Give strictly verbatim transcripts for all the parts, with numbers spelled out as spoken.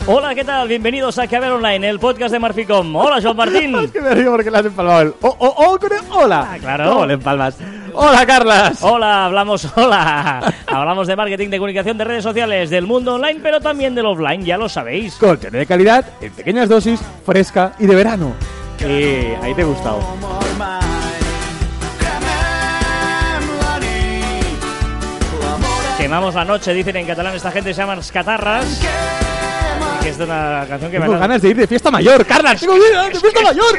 Hola, ¿qué tal? Bienvenidos a Que Ver Online, el podcast de Marficom. Hola, Joan Martín. Es que me río porque le has empalmado el oh, oh, oh con el hola. Ah, claro. ¿Cómo le empalmas? Hola, Carlas. Hola, hablamos, hola. Hablamos de marketing, de comunicación, de redes sociales, del mundo online, pero también del offline, ya lo sabéis. Contenido de calidad, en pequeñas dosis, fresca y de verano. Eh, ahí te he gustado. Quemamos la noche, dicen en catalán, esta gente se llama Els Catarras. Que es de una canción que Tengo me ha... ganas de ir de fiesta mayor, Carlas. Tengo ganas de fiesta mayor.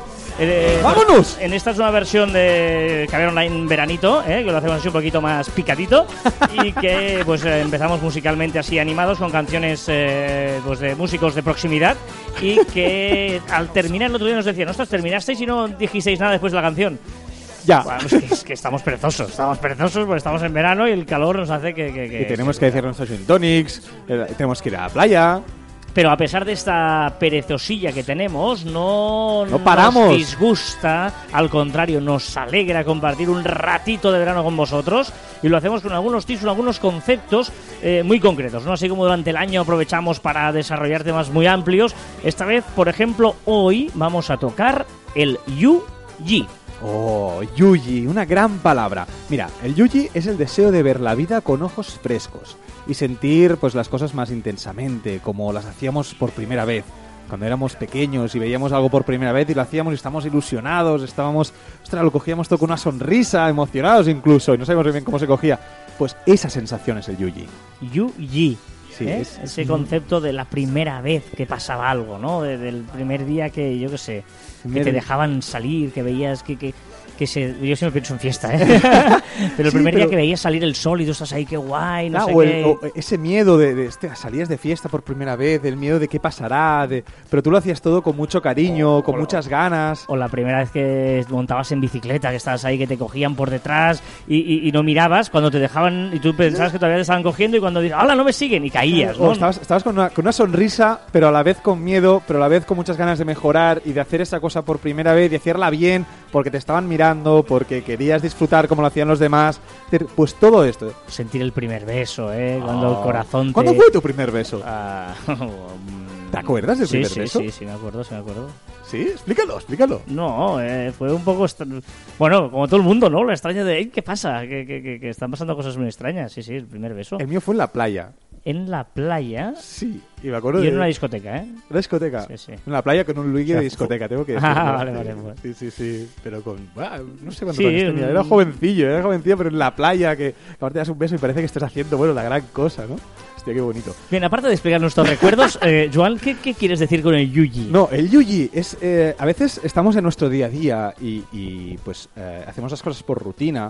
Eh, ¡Vámonos! En esta es una versión de Que Ver Online veranito, ¿eh? Que lo hacemos así un poquito más picadito y que pues eh, empezamos musicalmente así animados con canciones eh, pues de músicos de proximidad y que al terminar el otro día nos decían, ostras, terminasteis y no dijisteis nada después de la canción. Ya. Bueno, es, que, es que estamos perezosos, estamos perezosos porque estamos en verano y el calor nos hace que... que, que y tenemos que decir nuestros gin tonics, eh, tenemos que ir a la playa. Pero a pesar de esta perezosilla que tenemos, no, no paramos. Nos disgusta, al contrario, nos alegra compartir un ratito de verano con vosotros y lo hacemos con algunos tips, con algunos conceptos eh, muy concretos, ¿no? Así como durante el año aprovechamos para desarrollar temas muy amplios, esta vez, por ejemplo, hoy vamos a tocar el U G. Oh, yuji, una gran palabra. Mira, el yuji es el deseo de ver la vida con ojos frescos y sentir pues las cosas más intensamente, como las hacíamos por primera vez. Cuando éramos pequeños y veíamos algo por primera vez y lo hacíamos y estábamos ilusionados, estábamos, ostras, lo cogíamos todo con una sonrisa, emocionados incluso, y no sabíamos bien cómo se cogía. Pues esa sensación es el yuji. Yuji. Sí, ¿Eh? es, ese es concepto de la primera vez que pasaba algo, ¿no? De, del primer día que, yo qué sé, primer... que te dejaban salir, que veías que... que que se, yo siempre pienso en fiesta, ¿eh? Pero el sí, primer pero... día que veías salir el sol y tú estás ahí, qué guay, no ah, sé o el, qué... o ese miedo de, de este, salías de fiesta por primera vez, el miedo de qué pasará, de, pero tú lo hacías todo con mucho cariño, o, con o, muchas ganas. O la primera vez que montabas en bicicleta, que estabas ahí, que te cogían por detrás y, y, y no mirabas, cuando te dejaban y tú pensabas que todavía te estaban cogiendo y cuando dices, ¡hala, no me siguen! Y caías, ¿no? O estabas, estabas con, una, con una sonrisa, pero a la vez con miedo, pero a la vez con muchas ganas de mejorar y de hacer esa cosa por primera vez y hacerla bien, porque te estaban mirando, porque querías disfrutar como lo hacían los demás. Pues todo esto. Sentir el primer beso, ¿eh? Cuando oh. el corazón te... ¿Cuándo fue tu primer beso? Uh, ¿Te acuerdas del sí, primer sí, beso? Sí, sí, me acuerdo, sí me acuerdo. ¿Sí? Explícalo, explícalo. No, eh, fue un poco... Est- bueno, como todo el mundo, ¿no? Lo extraño de... ¿Qué pasa? Que, que, que, que están pasando cosas muy extrañas. Sí, sí, el primer beso. El mío fue en la playa. ¿En la playa? Sí, y me acuerdo y de... en una discoteca, ¿eh? ¿Una discoteca? Sí, sí. En la playa con un Luigi de discoteca, tengo que decirlo. Ah, vale, vale. Bueno. Sí, sí, sí, pero con... Ah, no sé cuánto sí, años tenía, era jovencillo, era jovencillo, pero en la playa, que ahora te das un beso y parece que estás haciendo, bueno, la gran cosa, ¿no? Hostia, qué bonito. Bien, aparte de explicar nuestros recuerdos, eh, Joan, ¿qué, ¿qué quieres decir con el yuji? No, el yuji es... Eh, a veces estamos en nuestro día a día y, y pues, eh, hacemos las cosas por rutina.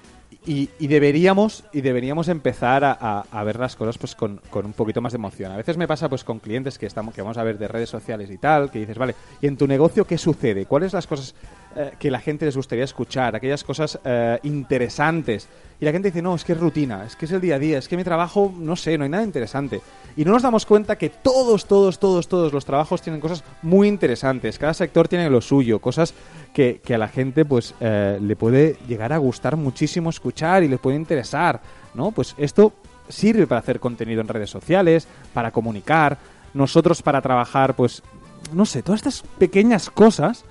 Y, y deberíamos y deberíamos empezar a, a, a ver las cosas pues con, con un poquito más de emoción. A veces me pasa pues con clientes que estamos que vamos a ver de redes sociales y tal, que dices, vale, ¿y en tu negocio qué sucede? ¿Cuáles las cosas eh, que la gente les gustaría escuchar? Aquellas cosas eh, interesantes. Y la gente dice, no, es que es rutina, es que es el día a día, es que mi trabajo, no sé, no hay nada interesante. Y no nos damos cuenta que todos, todos, todos, todos los trabajos tienen cosas muy interesantes. Cada sector tiene lo suyo, cosas que, que a la gente pues eh, le puede llegar a gustar muchísimo escuchar y le puede interesar, ¿no? Pues esto sirve para hacer contenido en redes sociales, para comunicar, nosotros para trabajar, pues, no sé, todas estas pequeñas cosas...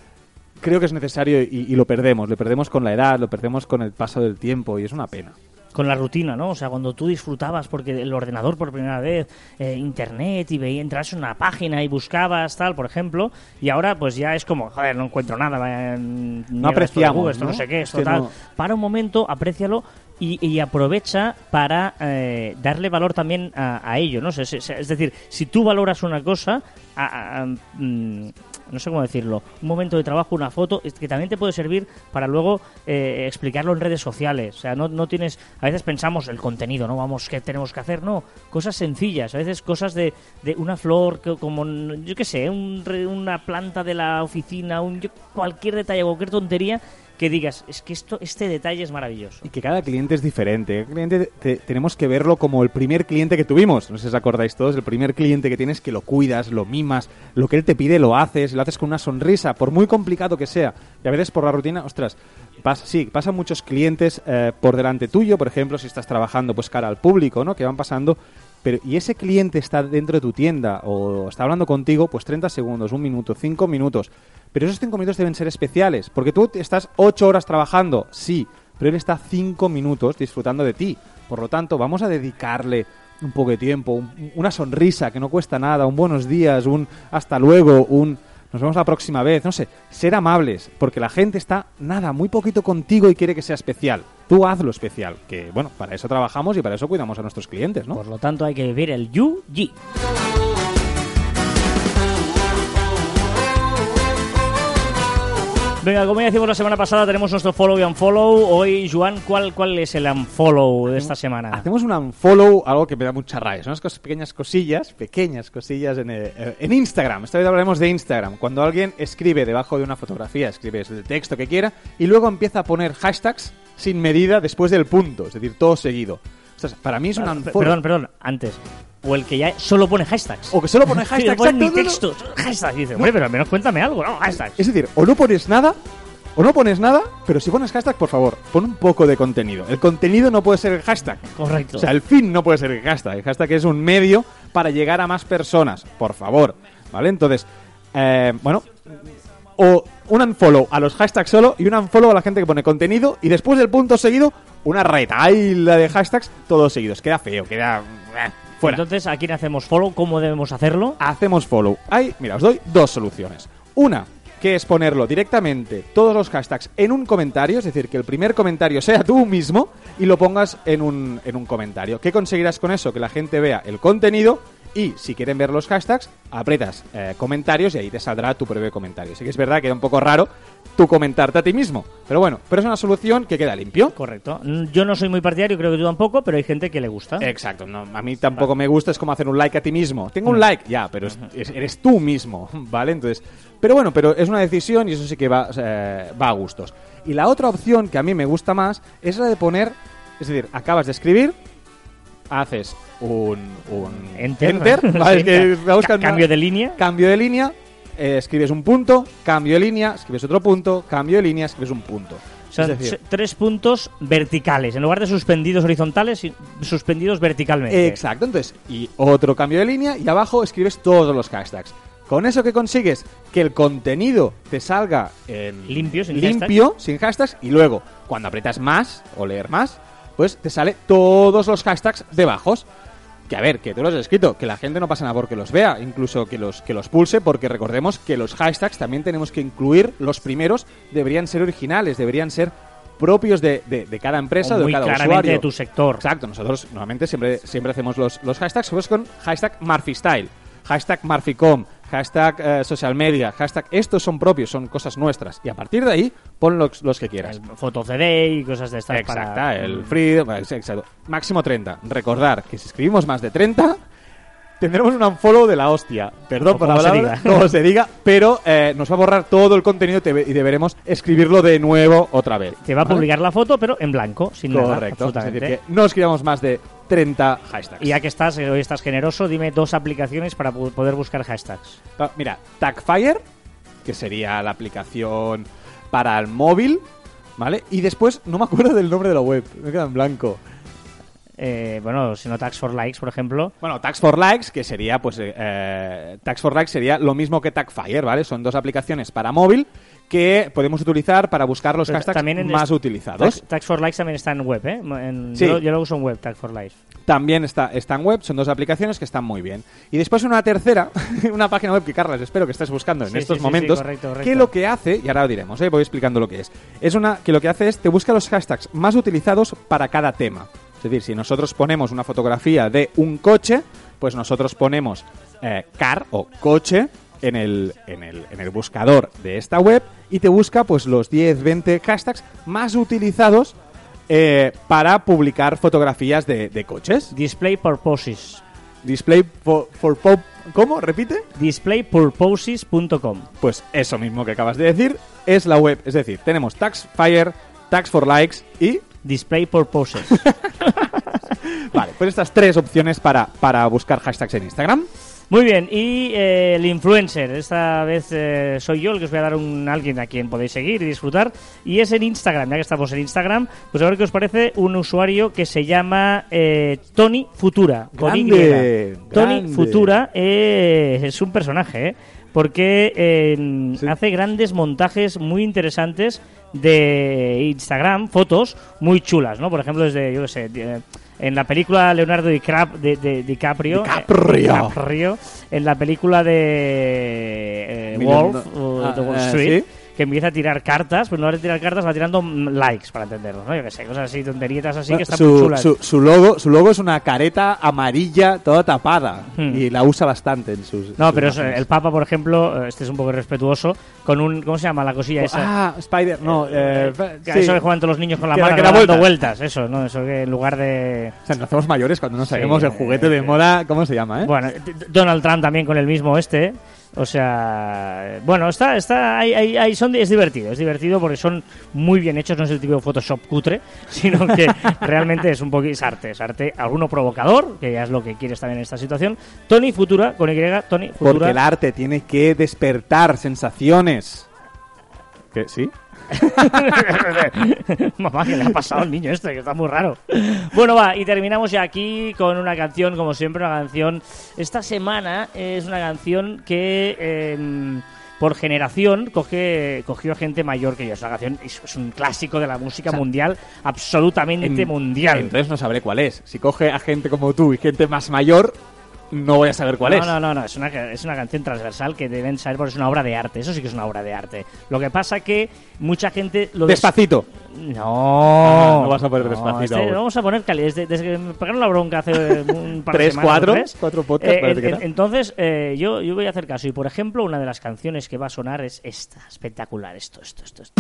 Creo que es necesario y, y lo perdemos. Lo perdemos con la edad, lo perdemos con el paso del tiempo y es una pena. Con la rutina, ¿no? O sea, cuando tú disfrutabas porque el ordenador por primera vez, eh, internet y veías, entras en una página y buscabas tal, por ejemplo, y ahora pues ya es como, joder, no encuentro nada, vaya, no apreciamos, Google, esto ¿no? no sé qué, esto es que tal. No... Para un momento, aprécialo y, y aprovecha para eh, darle valor también a, a ello, ¿no? Es, es, es decir, si tú valoras una cosa, a, a, a, mm, no sé cómo decirlo, un momento de trabajo, una foto, que también te puede servir para luego eh, explicarlo en redes sociales. O sea, no, no tienes... A veces pensamos el contenido, ¿no? Vamos, ¿qué tenemos que hacer? No, cosas sencillas. A veces cosas de, de una flor, que, como, yo qué sé, un, una planta de la oficina, un, yo, cualquier detalle, cualquier tontería que digas, es que esto, este detalle es maravilloso. Y que cada cliente es diferente. Cada cliente te, tenemos que verlo como el primer cliente que tuvimos. No sé si os acordáis todos, el primer cliente que tienes, que lo cuidas, lo mimas, lo que él te pide lo haces, lo haces con una sonrisa, por muy complicado que sea, Y a veces por la rutina, ostras, pasa, sí, pasan muchos clientes eh, por delante tuyo, por ejemplo, si estás trabajando pues cara al público, ¿no? Que van pasando, pero y ese cliente está dentro de tu tienda o está hablando contigo, pues treinta segundos, un minuto, cinco minutos. Pero esos cinco minutos deben ser especiales, porque tú estás ocho horas trabajando, sí, pero él está cinco minutos disfrutando de ti. Por lo tanto, vamos a dedicarle un poco de tiempo, un, una sonrisa que no cuesta nada, un buenos días, un hasta luego, un nos vemos la próxima vez, no sé, ser amables, porque la gente está, nada, muy poquito contigo y quiere que sea especial. Tú hazlo especial, que bueno, para eso trabajamos y para eso cuidamos a nuestros clientes, ¿no? Por lo tanto, hay que vivir el U G. Venga, como ya decimos la semana pasada, tenemos nuestro follow y unfollow. Hoy, Joan, ¿cuál, cuál es el unfollow de esta semana? Hacemos un unfollow, algo que me da mucha rabia. Son unas cosas, pequeñas cosillas, pequeñas cosillas en, eh, en Instagram. Esta vez hablaremos de Instagram. Cuando alguien escribe debajo de una fotografía, escribe el texto que quiera y luego empieza a poner hashtags sin medida después del punto, es decir, todo seguido. O sea, para mí es un unfollow. Perdón, perdón, antes. O el que ya solo pone hashtags. O que solo pone hashtags. No pone ni textos. Hashtags. Y dice, hombre, pero al menos cuéntame algo, ¿no? Hashtags. Es decir, o no pones nada, o no pones nada, pero si pones hashtag, por favor, pon un poco de contenido. El contenido no puede ser el hashtag. Correcto. O sea, el fin no puede ser el hashtag. El hashtag es un medio para llegar a más personas. Por favor. ¿Vale? Entonces, eh, bueno, o un unfollow a los hashtags solo y un unfollow a la gente que pone contenido y después del punto seguido, una retaila de hashtags todos seguidos. Queda feo, queda... Fuera. Entonces, ¿a quién hacemos follow? ¿Cómo debemos hacerlo? Hacemos follow. Hay, mira, os doy dos soluciones. Una, que es ponerlo directamente, todos los hashtags, en un comentario, es decir, que el primer comentario sea tú mismo y lo pongas en un, en un comentario. ¿Qué conseguirás con eso? Que la gente vea el contenido y, si quieren ver los hashtags, apretas eh, comentarios y ahí te saldrá tu breve comentario. Sí que es verdad que queda un poco raro tú comentarte a ti mismo, pero bueno, pero es una solución que queda limpio. Correcto. Yo no soy muy partidario, creo que tú tampoco, pero hay gente que le gusta. Exacto, no, a mí tampoco vale. me gusta, es como hacer un like a ti mismo. Tengo un like, ya, pero es, es, eres tú mismo, ¿vale? Entonces, pero bueno, pero es una decisión y eso sí que va, eh, va a gustos. Y la otra opción que a mí me gusta más es la de poner, es decir, acabas de escribir, haces un, un enter, enter ¿vale? Sí, que ca- ca- cambio de línea, cambio de línea, eh, escribes un punto, cambio de línea, escribes otro punto, cambio de línea, escribes un punto. O sea, es decir, tres puntos verticales, en lugar de suspendidos horizontales, suspendidos verticalmente. Exacto, entonces, y otro cambio de línea y abajo escribes todos los hashtags. ¿Con eso qué consigues? Que el contenido te salga en limpio, sin limpio, hashtags. sin hashtags, y luego, cuando aprietas más o leer más, pues te sale todos los hashtags debajo. Que a ver, que tú los has escrito, que la gente no pasa nada porque los vea, incluso que los, que los pulse, porque recordemos que los hashtags también tenemos que incluir, los primeros deberían ser originales, deberían ser propios de, de, de cada empresa, o de cada claramente usuario. De tu sector. Exacto, nosotros normalmente siempre, siempre hacemos los, los hashtags, pues con hashtag MurphyStyle, hashtag MurphyCom, hashtag eh, social media, hashtag, estos son propios, son cosas nuestras. Y a partir de ahí, pon los, los que quieras. Foto C D y cosas de estas. Exacto, para... el free, exacto. Máximo treinta. Recordar que si escribimos más de treinta, tendremos un unfollow de la hostia. Perdón por la palabra, como se diga, pero eh, nos va a borrar todo el contenido y deberemos escribirlo de nuevo otra vez. Te va a publicar ¿vale? la foto, pero en blanco, sin Correcto, nada. Absolutamente. Es decir, que no escribamos más de treinta hashtags. Y ya que estás, hoy estás generoso, dime dos aplicaciones para poder buscar hashtags. Mira, Tagfire, que sería la aplicación para el móvil, ¿vale? Y después, no me acuerdo del nombre de la web, me queda en blanco. Eh, bueno, si no Tags for Likes, por ejemplo. Bueno, Tags for Likes, que sería, pues, eh, Tags for Likes sería lo mismo que Tagfire, ¿vale? Son dos aplicaciones para móvil que podemos utilizar para buscar los Pero hashtags más utilizados. Tags, Tags for Likes también está en web, ¿eh? En, sí. yo, yo lo uso en web, Tags for Likes. También está, está en web, son dos aplicaciones que están muy bien. Y después una tercera, una página web que, Carlas, espero que estés buscando en sí, estos sí, momentos, sí, sí, correcto, correcto. que lo que hace, y ahora lo diremos, ¿eh? Voy explicando lo que es, es una que lo que hace es, te busca los hashtags más utilizados para cada tema. Es decir, si nosotros ponemos una fotografía de un coche, pues nosotros ponemos eh, car o coche en el, en, el, en el buscador de esta web y te busca pues los diez, veinte hashtags más utilizados eh, para publicar fotografías de, de coches. Display Purposes. Display for, for pop, ¿cómo? ¿Repite? display purposes punto com. Pues eso mismo que acabas de decir es la web. Es decir, tenemos Tagfire, Tags for Likes y... Display Purposes. Vale, pues estas tres opciones para, para buscar hashtags en Instagram. Muy bien, y eh, el influencer, esta vez eh, soy yo el que os voy a dar un alguien a quien podéis seguir y disfrutar, y es en Instagram, ya que estamos en Instagram, pues a ver qué os parece un usuario que se llama eh, Tony Futura, con Grande, Y. Tony grande. Futura eh, es un personaje, ¿eh? Porque eh, Sí. hace grandes montajes muy interesantes de Instagram, fotos muy chulas, ¿no? Por ejemplo, desde, yo qué sé, de- en la película Leonardo DiCap- de, de- DiCaprio, DiCaprio. eh, DiCaprio, en la película de eh, Millón- Wolf, o ah, de Wall eh, Street, ¿sí? que empieza a tirar cartas, pues no va a tirar cartas, va tirando mm, likes, para entenderlo, ¿no? Yo qué sé, cosas así, tonterietas así que están muy su, chulas. su, su logo su logo es una careta amarilla toda tapada Hmm. y la usa bastante en sus No, sus pero es, imágenes. el Papa, por ejemplo, eh, este es un poco irrespetuoso, con un, ¿cómo se llama la cosilla esa? Ah, Spider, no, eh, Que sí. Eso que juegan todos los niños con la Que da- mano que da dando vueltas. vueltas, eso, ¿no? Eso que en lugar de... O sea, nos hacemos mayores cuando no sabemos Sí, el juguete de eh, moda, ¿cómo se llama, eh? Bueno, D- D- Donald Trump también con el mismo este. O sea, bueno, está, está, hay, hay, hay- son, es divertido, es divertido porque son muy bien hechos, no es el típico Photoshop cutre, sino que realmente es un poquito, es arte, es arte, alguno provocador, que ya es lo que quieres también en esta situación. Tony Futura, con Y, Tony Futura. Porque el arte tiene que despertar sensaciones. ¿Qué? ¿Sí? Mamá, ¿qué le ha pasado al niño este? Que está muy raro. Bueno, va, y terminamos ya aquí con una canción, como siempre, una canción... Esta semana es una canción que... eh, por generación coge, cogió a gente mayor que yo. Es una canción, es, es un clásico de la música O sea, mundial, absolutamente En- mundial. Entonces no sabré cuál es. Si coge a gente como tú y gente más mayor, no voy a saber cuál no, es. No, no, no, es una, es una canción transversal que deben saber porque es una obra de arte. Eso sí que es una obra de arte. Lo que pasa que mucha gente lo des- Despacito. No, Ah, no vas a poner Despacito este- aún. vamos a poner cali. Desde, desde que me pegaron la bronca hace un par de Tres, semanas, cuatro, ¿no crees? cuatro podcasts, Eh, parece en- que en- era. entonces, eh, yo, yo voy a hacer caso. Y por ejemplo, una de las canciones que va a sonar es esta. Espectacular. Esto, esto, esto. esto.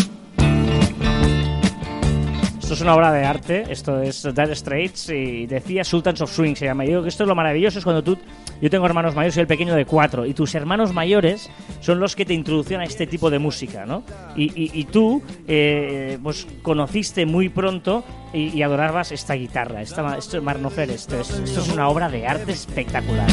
Esto es una obra de arte, esto es Dire Straits y decía Sultans of Swing se llama. Y digo que esto es lo maravilloso, es cuando tú, yo tengo hermanos mayores, soy el pequeño de cuatro, y tus hermanos mayores son los que te introducen a este tipo de música, ¿no? Y, y, y tú, eh, pues conociste muy pronto y, y adorabas esta guitarra, esta, esto es Marnofer, esto es, esto es una obra de arte espectacular.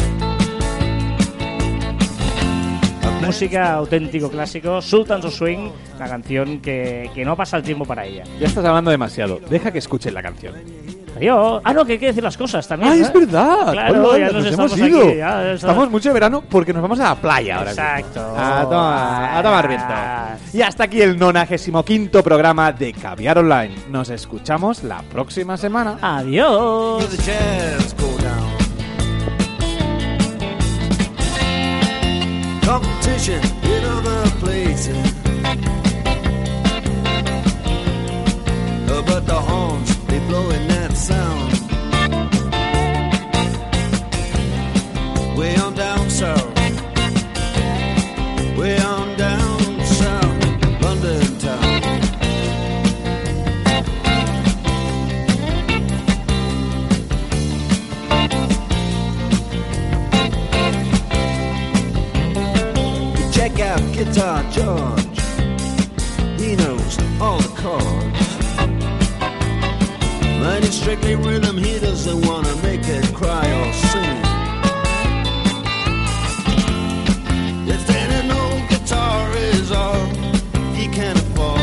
Música auténtico clásico, Sultans of Swing, una canción que, que no pasa el tiempo para ella. Ya estás hablando demasiado. Deja que escuchen la canción. Adiós. Ah, no, que hay que decir las cosas también. ¡Ay, ¿eh? es verdad! Claro, Hola, ya nos, hemos estamos ido. aquí. Ya estamos- Estamos mucho de verano porque nos vamos a la playa ahora. Exacto. A tomar, a tomar viento. Ah. Y hasta aquí el nonagésimo quinto programa de Caviar Online. Nos escuchamos la próxima semana. Adiós. Hear the jazz go down. Competition in other places, Uh, but the horns they blowing that sound. Way on down south, way on down south, London town. Check out Guitar George. He knows all the chords. But it's strictly rhythm, he doesn't wanna make it cry or sing. If then an old guitar is all he can afford,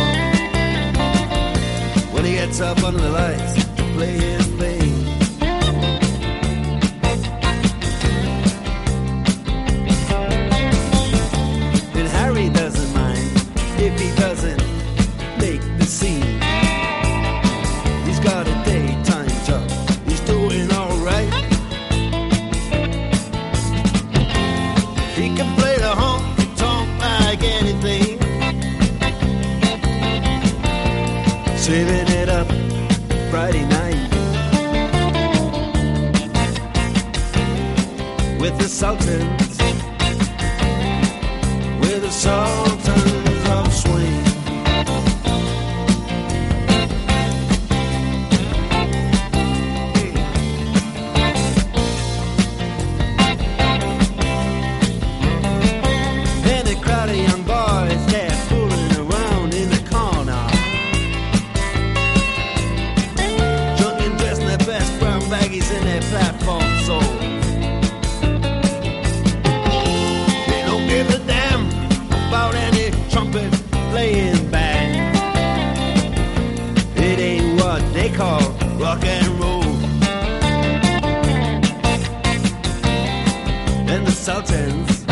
when he gets up under the lights to play his thing. And Harry doesn't mind if he doesn't make the scene. He's got a daytime job, he's doing alright. He can play the honky tonk like anything, saving it up Friday night with the Sultans, with the Sultans of Swing. And a crowd of young boys, they're fooling around in the corner, drunk and dressed in their best brown baggies in their platform soles. call rock and roll. And the Sultans,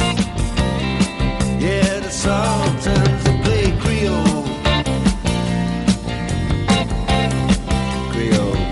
yeah, the Sultans they play Creole. Creole.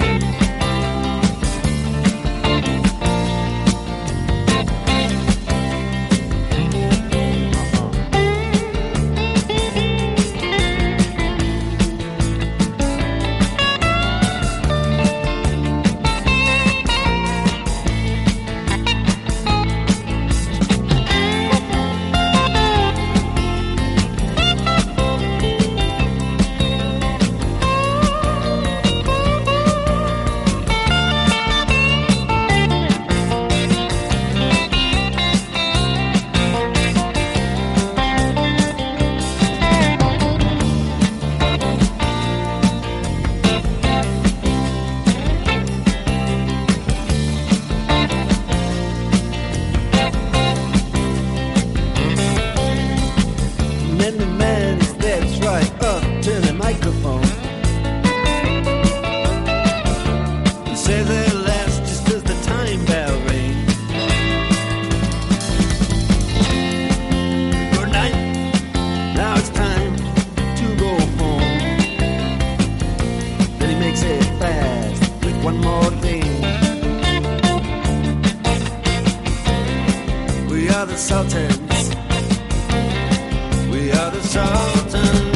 We are the Sultans. We are the Sultans.